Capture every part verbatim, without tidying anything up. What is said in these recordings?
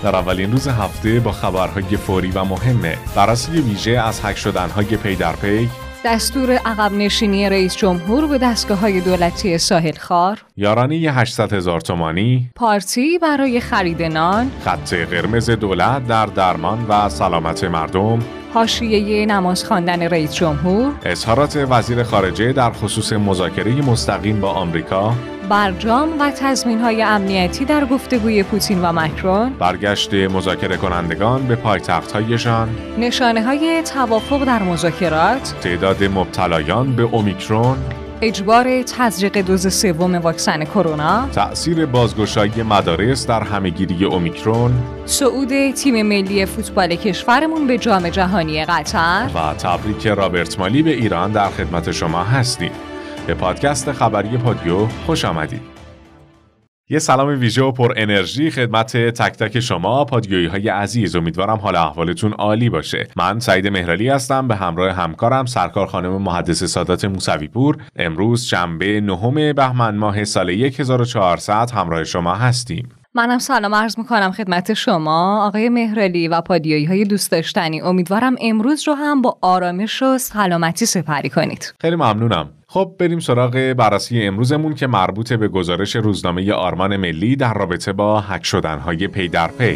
در اولین روز هفته با خبرهای فوری و مهمه. بررسی ویژه از هک شدن‌های پی در پی، دستور عقب نشینی رئیس جمهور به دستگاه‌های دولتی ساحل خوار، یارانه هشتصد هزار تومانی، پارتی برای خرید نان، خط قرمز دولت در درمان و سلامت مردم، حاشیه نماز خواندن رئیس جمهور، اظهارات وزیر خارجه در خصوص مذاکره مستقیم با آمریکا، برجام و تضمین‌های امنیتی در گفتگوی پوتین و مکرون، برگشت مذاکره کنندگان به پایتخت‌هایشان، نشانه‌های توافق در مذاکرات، تعداد مبتلایان به اومیکرون، اجبار تزریق دوز سوم واکسن کرونا، تأثیر بازگشایی مدارس در همهگیری اومیکرون، صعود تیم ملی فوتبال کشورمون به جام جهانی قطر و تبریک رابرت مالی به ایران در خدمت شما هستیم. به پادکست خبری پادیو خوش آمدید. یه سلام ویژه و پر انرژی خدمت تک تک شما پادیویی های عزیز. امیدوارم حال احوالتون عالی باشه. من سعید مهرالی هستم به همراه همکارم سرکار خانم محدث سادات موسوی پور. امروز شنبه نهم بهمن ماه سال هزار و چهارصد همراه شما هستیم. منم سلام عرض میکنم خدمت شما آقای مهرالی و پادیویی های دوست داشتنی. امیدوارم امروز رو هم با آرامش و سلامتی سپری کنید. خیلی ممنونم. خب بریم سراغ بررسی امروزمون که مربوط به گزارش روزنامه آرمان ملی در رابطه با هک شدن‌های پی در پی.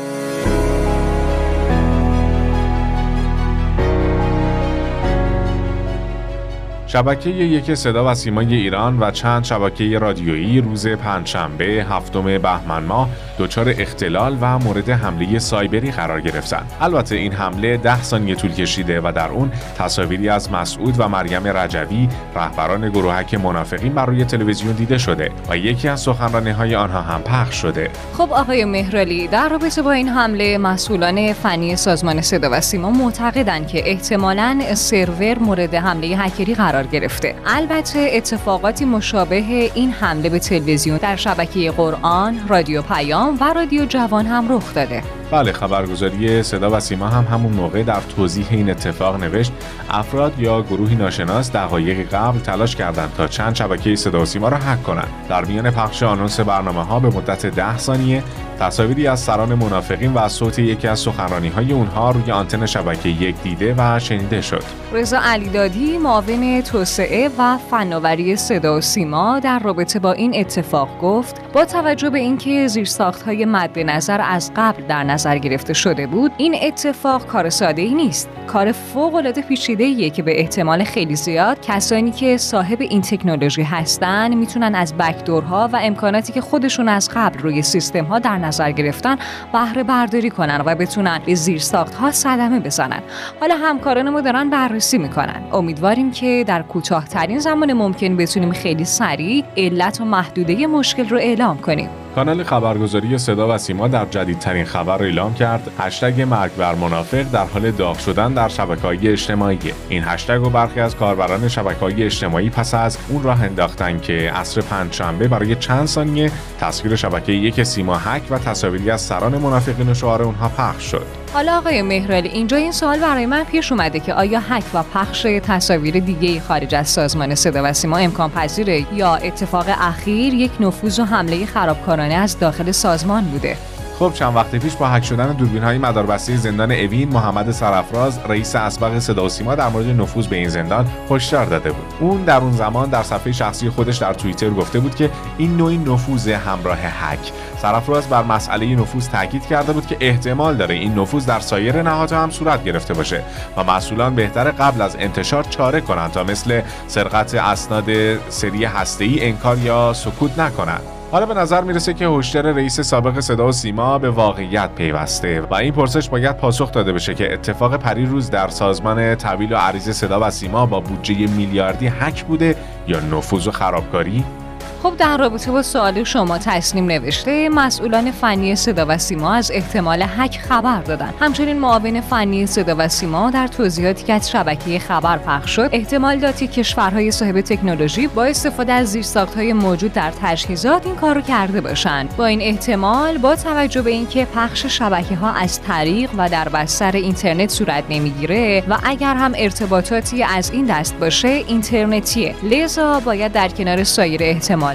شبکه یک صدا و سیمای ایران و چند شبکه رادیویی روز پنجشنبه هفتم بهمن ماه دچار اختلال و مورد حمله سایبری قرار گرفتند. البته این حمله ده ثانیه طول کشیده و در اون تصاویری از مسعود و مریم رجوی رهبران گروهک منافقین بر روی تلویزیون دیده شده و یکی از سخنرانی‌های آنها هم پخش شده. خب آقای مهرالی، در رابطه با این حمله مسئولان فنی سازمان صدا و سیما معتقدند که احتمالاً سرور مورد حمله هکری قرار گرفته. البته اتفاقاتی مشابه این حمله به تلویزیون در شبکه قرآن، رادیو پیام و رادیو جوان هم رخ داده. بله، خبرگزاری صدا و سیما هم همون موقع در توضیح این اتفاق نوشت افراد یا گروهی ناشناس دقایق قبل تلاش کردند تا چند شبکه صدا و سیما را هک کنند. در میان پخش آنونس برنامه‌ها به مدت ده ثانیه تصاویری از سران منافقین و صوت یکی از سخنرانی‌های اونها روی آنتن شبکه یک دیده و شنیده شد. رضا علیدادی معاون توسعه و فناوری صدا و سیما در رابطه با این اتفاق گفت با توجه به اینکه زیرساخت‌های مد نظر از قبل در نظر گرفته شده بود، این اتفاق کار ساده‌ای نیست. کار فوق‌العاده پیچیده‌ایه که به احتمال خیلی زیاد کسانی که صاحب این تکنولوژی هستن میتونن از بک‌دورها و امکاناتی که خودشون از قبل روی سیستم‌ها در نظر گرفتن بهره برداری کنن و بتونن به زیرساخت‌ها صدمه بزنن. حالا همکاران ما دارن بررسی میکنن. امیدواریم که در کوتاه‌ترین زمان ممکن بتونیم خیلی سریع علت و محدوده مشکل رو اعلام کنیم. کانال خبرگزاری صدا و سیما در جدیدترین خبر اعلام کرد هشتگ مرگ بر منافق در حال داغ شدن در شبکه‌های اجتماعی. این هشتگ و برخی از کاربران شبکه‌های اجتماعی پس از اون راه انداختن که عصر پنجشنبه برای چند ثانیه تصویر شبکه یک سیما هک و تصاویری از سران منافقین و شعار اونها پخش شد. حالا آقای مهرالی، اینجا این سوال برای من پیش اومده که آیا هک و پخش تصاویر دیگه‌ای خارج از سازمان صدا و سیما امکان پذیره یا اتفاق اخیر یک نفوذ و حمله خرابکارانه از داخل سازمان بوده؟ خب چند وقت پیش با هک شدن دوربین‌های مداربسته زندان اوین، محمد سرافراز رئیس اسبق صدا و سیما در مورد نفوذ به این زندان هشدار داده بود. اون در اون زمان در صفحه شخصی خودش در توییتر گفته بود که این نوعی نفوذ همراه هک. سرافراز بر مسئله نفوذ تاکید کرده بود که احتمال داره این نفوذ در سایر نهادها هم صورت گرفته باشه و مسئولان بهتره قبل از انتشار چاره کنند تا مثل سرقت اسناد سری هسته‌ای انکار یا سکوت نکنند. حالا به نظر میرسه که هشدار رئیس سابق صدا و سیما به واقعیت پیوسته و این پرسش باید پاسخ داده بشه که اتفاق پریروز در سازمان تحویل و عریض صدا و سیما با بودجه میلیاردی هک بوده یا نفوذ و خرابکاری؟ خب در رابطه با سوال شما تسنیم نوشته مسئولان فنی صدا و سیما از احتمال هک خبر دادن. همچنین معاون فنی صدا و سیما در توضیحاتی که از شبکه خبر پخش شد احتمال داد که کشورهای صاحب تکنولوژی با استفاده از زیرساخت‌های موجود در تجهیزات این کارو کرده باشند. با این احتمال با توجه به اینکه پخش شبکه‌ها از طریق و در بستر اینترنت صورت نمیگیره و اگر هم ارتباطاتی از این دست باشه اینترنتیه، لذا باید در کنار سایر احتمالات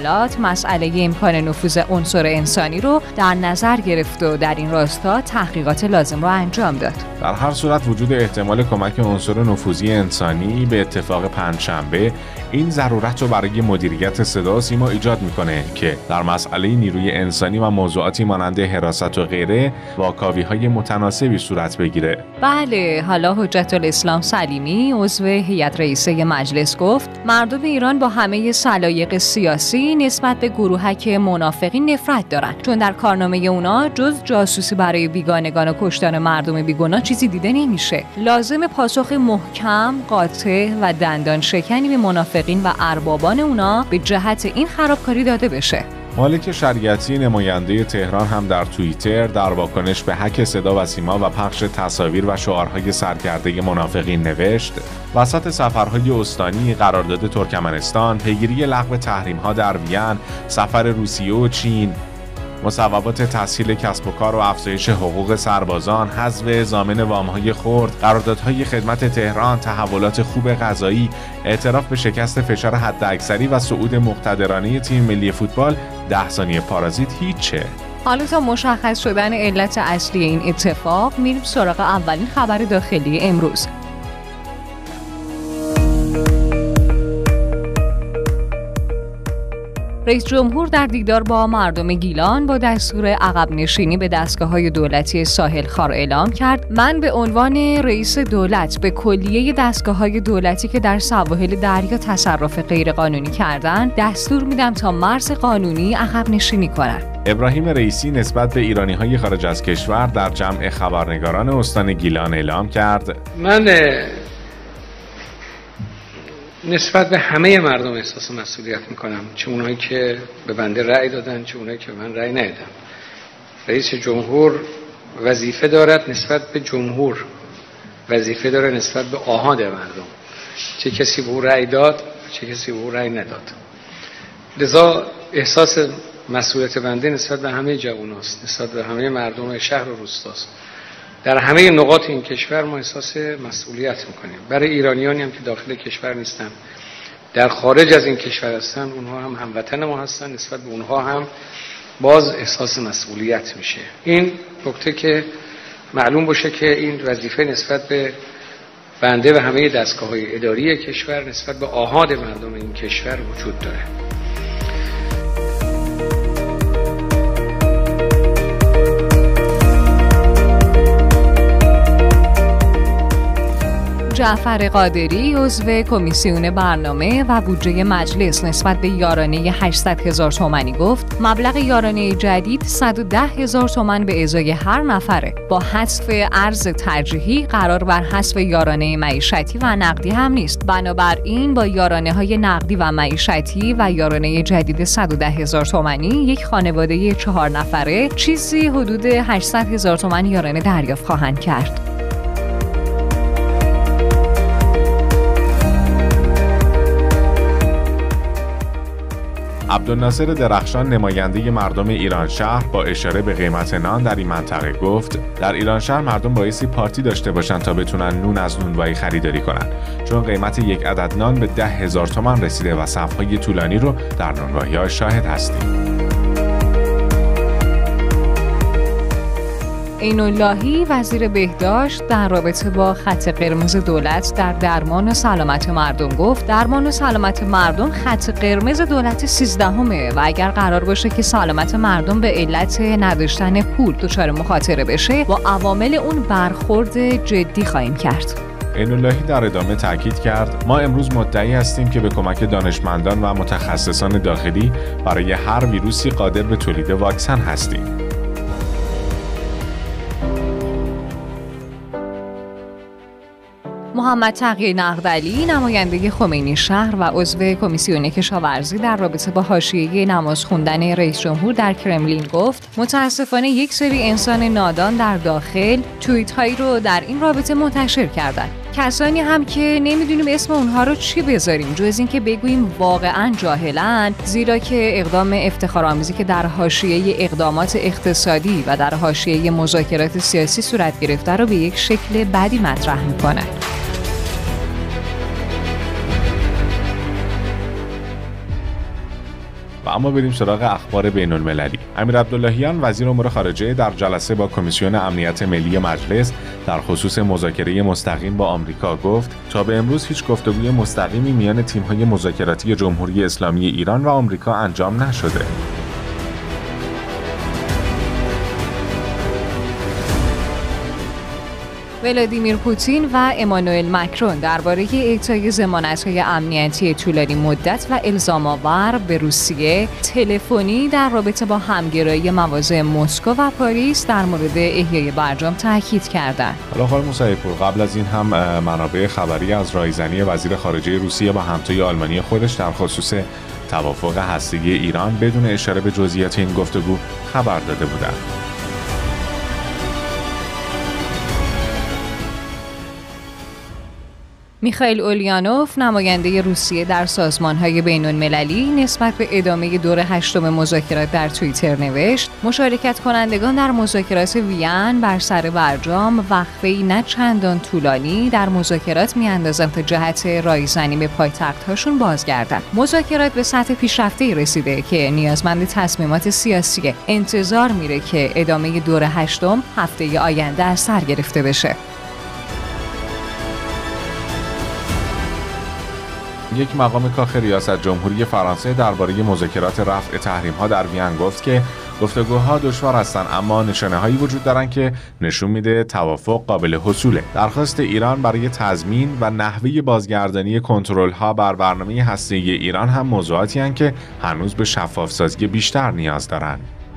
سوالات مسئله امکان نفوذ عنصر انسانی رو در نظر گرفت و در این راستا تحقیقات لازم رو انجام داد. در هر صورت وجود احتمال کمک عنصر نفوذی انسانی به اتفاق پنجشنبه این ضرورت رو برای مدیریت صدا و سیما ایجاد میکنه که در مسئله نیروی انسانی و موضوعاتی مانند حراست و غیره واکاوی‌های متناسبی صورت بگیره. بله، حالا حجت الاسلام سلیمی عضو هیئت رئیسه مجلس گفت مردم ایران با همه سلایق سیاسی نسبت به گروهک منافقین نفرت دارن، چون در کارنامه اونا جز جاسوسی برای بیگانگان و کشتن مردم بیگناه چیزی دیده نمیشه. لازم پاسخ محکم، قاطع و دندان شکنی به منافقین و اربابان اونا به جهت این خرابکاری داده بشه. مالک شریعتی نماینده تهران هم در توییتر در واکنش به هک صدا و سیما و پخش تصاویر و شعارهای سرکرده منافقین نوشت: وسط سفرهای استانی، قرارداد ترکمنستان، پیگیری لغو تحریم‌ها در وین، سفر روسیه و چین، مصوبات تسهیل کسب و کار و افزایش حقوق سربازان، حذف ضامن وام‌های خرد، قراردادهای خدمت تهران، تحولات خوب غذایی، اعتراف به شکست فشار حداکثری و صعود مقتدرانه تیم ملی فوتبال، ده ثانیه پارازیت هیچه. حالا تا مشخص شدن علت اصلی این اتفاق میریم سراغ اولین خبر داخلی امروز. رئیس جمهور در دیدار با مردم گیلان با دستور عقب نشینی به دستگاه‌های دولتی ساحل خوار اعلام کرد: من به عنوان رئیس دولت به کلیه دستگاه‌های دولتی که در سواحل دریا تصرف غیرقانونی کردند دستور میدم تا مرز قانونی عقب نشینی کنند. ابراهیم رئیسی نسبت به ایرانی‌های خارج از کشور در جمع خبرنگاران استان گیلان اعلام کرد: من نسبت به همه مردم احساس مسئولیت میکنم، چه اونایی که به بنده رأی دادن چه اونایی که من رأی ندادم. رئیس جمهور وظیفه دارد نسبت به جمهور، وظیفه داره نسبت به آحاد مردم، چه کسی به او رأی داد چه کسی به او رأی نداد. لذا احساس مسئولیت بنده نسبت به همه جواناست، نسبت به همه مردم شهر و روستاست. در همه نقاط این کشور ما احساس مسئولیت میکنیم. برای ایرانیانی هم که داخل کشور نیستن، در خارج از این کشور هستن، اونها هم هموطن ما هستن، نسبت به اونها هم باز احساس مسئولیت میشه. این نکته که معلوم باشه که این وظیفه نسبت به بنده و همه دستگاه‌های اداری کشور نسبت به آحاد مردم این کشور وجود داره. جعفر قادری عضو کمیسیون برنامه و بودجه مجلس نسبت به یارانه هشتصد هزار تومانی گفت مبلغ یارانه جدید صد و ده هزار تومان به ازای هر نفره. با حذف ارز ترجیحی قرار بر حذف یارانه معیشتی و نقدی هم نیست. بنابراین با یارانه های نقدی و معیشتی و یارانه جدید صد و ده هزار تومانی یک خانواده چهار نفره چیزی حدود هشتصد هزار تومان یارانه دریافت خواهند کرد. عبدالناصر درخشان نماینده مردم ایران شهر با اشاره به قیمت نان در این منطقه گفت: در ایران شهر مردم بایستی پارتی داشته باشن تا بتونن نون از نونوایی خریداری کنن، چون قیمت یک عدد نان به ده هزار تومان رسیده و صف‌های طولانی رو در نونوایی‌ها شاهد هستیم. عین اللهی وزیر بهداشت در رابطه با خط قرمز دولت در درمان و سلامت مردم گفت درمان و سلامت مردم خط قرمز دولت سیزدهمه و اگر قرار باشه که سلامت مردم به علت نداشتن پول دچار مخاطره بشه با عوامل اون برخورد جدی خواهیم کرد. عین اللهی در ادامه تاکید کرد: ما امروز مدعی هستیم که به کمک دانشمندان و متخصصان داخلی برای هر ویروسی قادر به تولید واکسن هستیم. محمد تقی نقدلی نماینده خمینی شهر و عضو کمیسیون کشاورزی در رابطه با حاشیه نماز خوندن رئیس جمهور در کرملین گفت متاسفانه یک سری انسان نادان در داخل توییت هایی رو در این رابطه منتشر کردند. کسانی هم که نمیدونیم اسم اونها رو چی بذاریم جز این که بگوییم واقعا جاهلن، زیرا که اقدام افتخارآمیزی که در حاشیه اقدامات اقتصادی و در حاشیه مذاکرات سیاسی صورت گرفته رو به یک شکل بدی مطرح میکنه. و اما بریم سراغ اخبار بین المللی. امیر عبداللهیان وزیر امور خارجه در جلسه با کمیسیون امنیت ملی مجلس در خصوص مذاکره مستقیم با آمریکا گفت تا به امروز هیچ گفتگوی مستقیمی میان تیم‌های مذاکراتی جمهوری اسلامی ایران و آمریکا انجام نشده. ولادیمیر پوتین و امانوئل مکرون درباره اعطای ضمانت‌های امنیتی طولانی مدت و الزام‌آور به روسیه تلفنی در رابطه با همگرایی مواضع مسکو و پاریس در مورد احیای برجام تاکید کردند. حالا خانم موسوی‌پور، قبل از این هم منابع خبری از رایزنی وزیر خارجه روسیه با همتای آلمانی خودش در خصوص توافق هسته‌ای ایران بدون اشاره به جزئیات این گفتگو خبر داده بودند. میخائیل اولیانوف نماینده روسیه در سازمان‌های بین‌المللی نسبت به ادامه دور هشتم مذاکرات در توییتر نوشت: مشارکت کنندگان در مذاکرات وین بر سر برجام وقفه‌ای نه چندان طولانی در مذاکرات می‌اندازند تا جهت رایزنی به پایتخت‌هاشون بازگردند. مذاکرات به سطح پیشرفته‌ای رسیده که نیازمند تصمیمات سیاسیه. انتظار میره که ادامه دور هشتم هفته آینده از سر گرفته بشه. یک مقام کاخ ریاست جمهوری فرانسه درباره مذاکرات رفع تحریم‌ها در وین گفت که گفتگوها دشوار هستند اما نشانه‌هایی وجود دارند که نشون میده توافق قابل حصوله. درخواست ایران برای تضمین و نحوه بازگردانی کنترل‌ها بر برنامه هسته‌ای ایران هم موضوعاتی هستند که هنوز به شفاف‌سازی بیشتر نیاز دارند.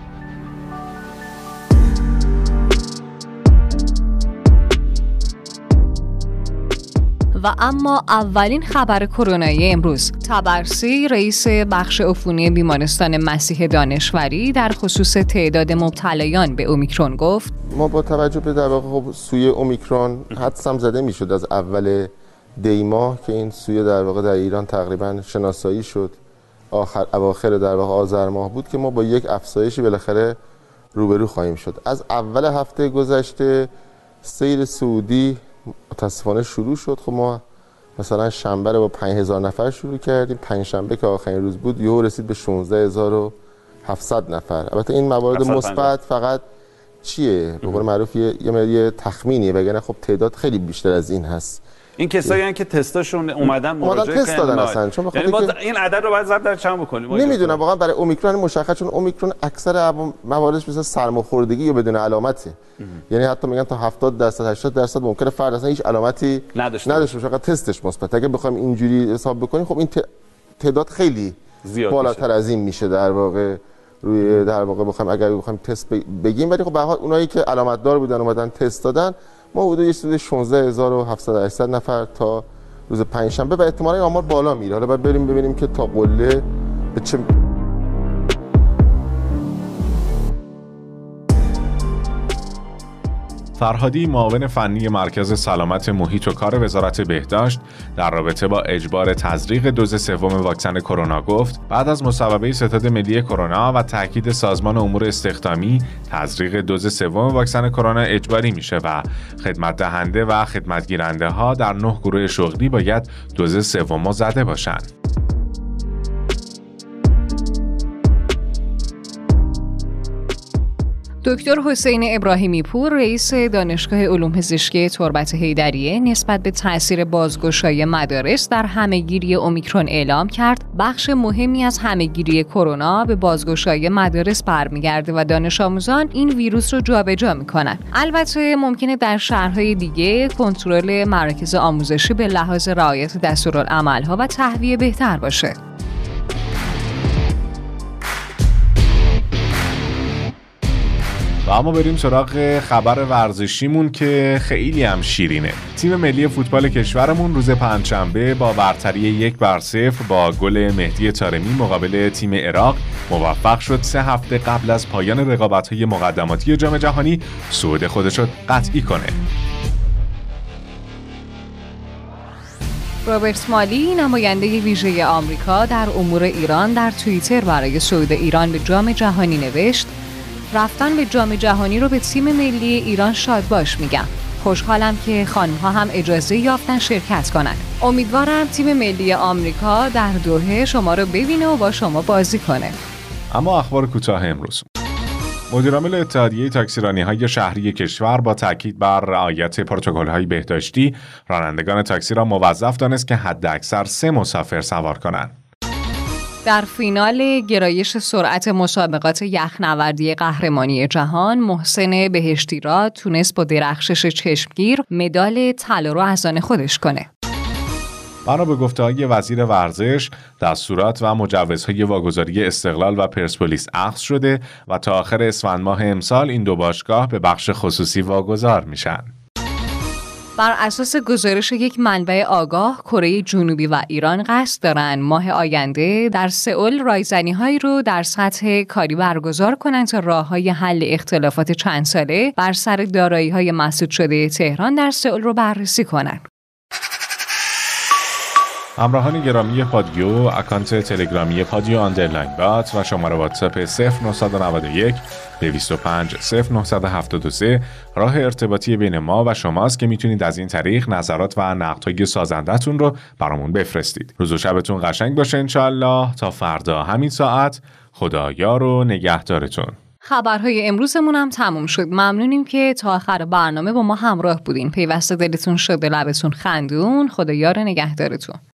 و اما اولین خبر کرونایی امروز. طبرسی رئیس بخش عفونی بیمارستان مسیح دانشوری در خصوص تعداد مبتلایان به اومیکرون گفت: ما با توجه به در واقع خب سوی اومیکرون حدس هم زده میشد از اول دی ماه که این سوی در واقع در ایران تقریبا شناسایی شد، آخر اواخر در واقع آذر ماه بود که ما با یک افزایشی بالاخره روبرو خواهیم شد. از اول هفته گذشته سیر صعودی متاسفانه شروع شد. خب ما مثلا شنبه رو با پنج هزار نفر شروع کردیم، پنج شنبه که آخرین روز بود یهو رسید به شانزده هزار و هفتصد نفر. البته این موارد مثبت فقط چیه به قول معروف یه یه تخمینیه، وگرنه خب تعداد خیلی بیشتر از این هست. این کسایی هستن که تستاشون اومدن مراجعه تست دادن اصلا، چون یعنی باز این عدد رو باید ضرب در چند بکنیم. نمیدونم واقعا برای اومیکرون مشخص، چون اومیکرون اکثر مواردش مثل سرماخوردگی یا بدون علامته، یعنی حتی میگن تا هفتاد درصد هشتاد درصد ممکنه فرد اصلا هیچ علامتی نداشته باشه، فقط تستش مثبت. اگه بخوایم اینجوری حساب بکنیم خب این تعداد خیلی بالاتر از این میشه در واقع روی در واقع بخوایم اگر بخوایم تست بگیم. ولی خب به هر حال اونایی که علامت دار بودن اومدن تست دادن ما حدود حدود شانزده هزار و هفتصد هشتصد نفر تا روز پنجشنبه و احتمالاً آمار بالا میره. حالا بعد بریم ببینیم که تا قله به چه فرهادی معاون فنی مرکز سلامت محیط و کار وزارت بهداشت در رابطه با اجبار تزریق دوز سوم واکسن کرونا گفت بعد از مصوبه ستاد ملی کرونا و تاکید سازمان امور استخدامی تزریق دوز سوم واکسن کرونا اجباری میشه و خدمت دهنده و خدمتگیرنده ها در نه گروه شغلی باید دوز سوم زده باشند. دکتر حسین ابراهیمی پور رئیس دانشگاه علوم پزشکی تربت حیدریه نسبت به تأثیر بازگشایی مدارس در همهگیری اومیکرون اعلام کرد بخش مهمی از همهگیری کرونا به بازگشایی مدارس برمیگرده و دانش آموزان این ویروس رو جابجا میکنن. البته ممکنه در شهرهای دیگه کنترل مراکز آموزشی به لحاظ رعایت دستورالعمل‌ها و تهویه بهتر باشه. و اما بریم سراغ خبر ورزشیمون که خیلی هم شیرینه. تیم ملی فوتبال کشورمون روز پنجشنبه با برتری یک بر صفر با گل مهدی طارمی مقابل تیم عراق موفق شد سه هفته قبل از پایان رقابت‌های مقدماتی جام جهانی صعود خودش رو قطعی کنه. رابرت مالی نماینده ویژه آمریکا در امور ایران در توییتر برای صعود ایران به جام جهانی نوشت: رفتن به جام جهانی رو به تیم ملی ایران شادباش میگم. خوشحالم که خانم‌ها هم اجازه یافتن شرکت کنند. امیدوارم تیم ملی آمریکا در دوحه شما رو ببینه و با شما بازی کنه. اما اخبار کوتاه امروز. مدیرعامل اتحادیه تاکسیرانی‌های شهری کشور با تاکید بر رعایت پروتکل‌های بهداشتی رانندگان تاکسی را موظف دانست که حداکثر سه مسافر سوار کنند. در فینال گرایش سرعت مسابقات یخنوردی قهرمانی جهان، محسن بهشتیراد تونست با درخشش چشمگیر مدال طلا رو از آن خودش کنه. بنا به گفته‌های وزیر ورزش، دستورات و مجوزهای واگذاری استقلال و پرسپولیس اخذ شده و تا آخر اسفند ماه امسال این دو باشگاه به بخش خصوصی واگذار میشن. بر اساس گزارش یک منبع آگاه، کره جنوبی و ایران قصد دارن ماه آینده در سئول رایزنی‌هایی رو در سطح کاری برگزار کنند تا راه‌های حل اختلافات چند ساله بر سر دارایی‌های مسدود شده تهران در سئول رو بررسی کنند. همراهان گرامی پادیو، اکانت تلگرامی پادیو آندرلاین بات و شماره واتساپ صفر نه نه یک دویست و پنج صفر نه هفت سه راه ارتباطی بین ما و شماست که میتونید از این طریق نظرات و نقدهای سازنده‌تون رو برامون بفرستید. روز و شبتون قشنگ باشه انشالله. تا فردا همین ساعت، خدا یار و نگهدارتون. خبرهای امروزمون هم تموم شد. ممنونیم که تا آخر برنامه با ما همراه بودین. پیوسته دلتون شده، لبتون خندون. خدا یار نگهدارتون.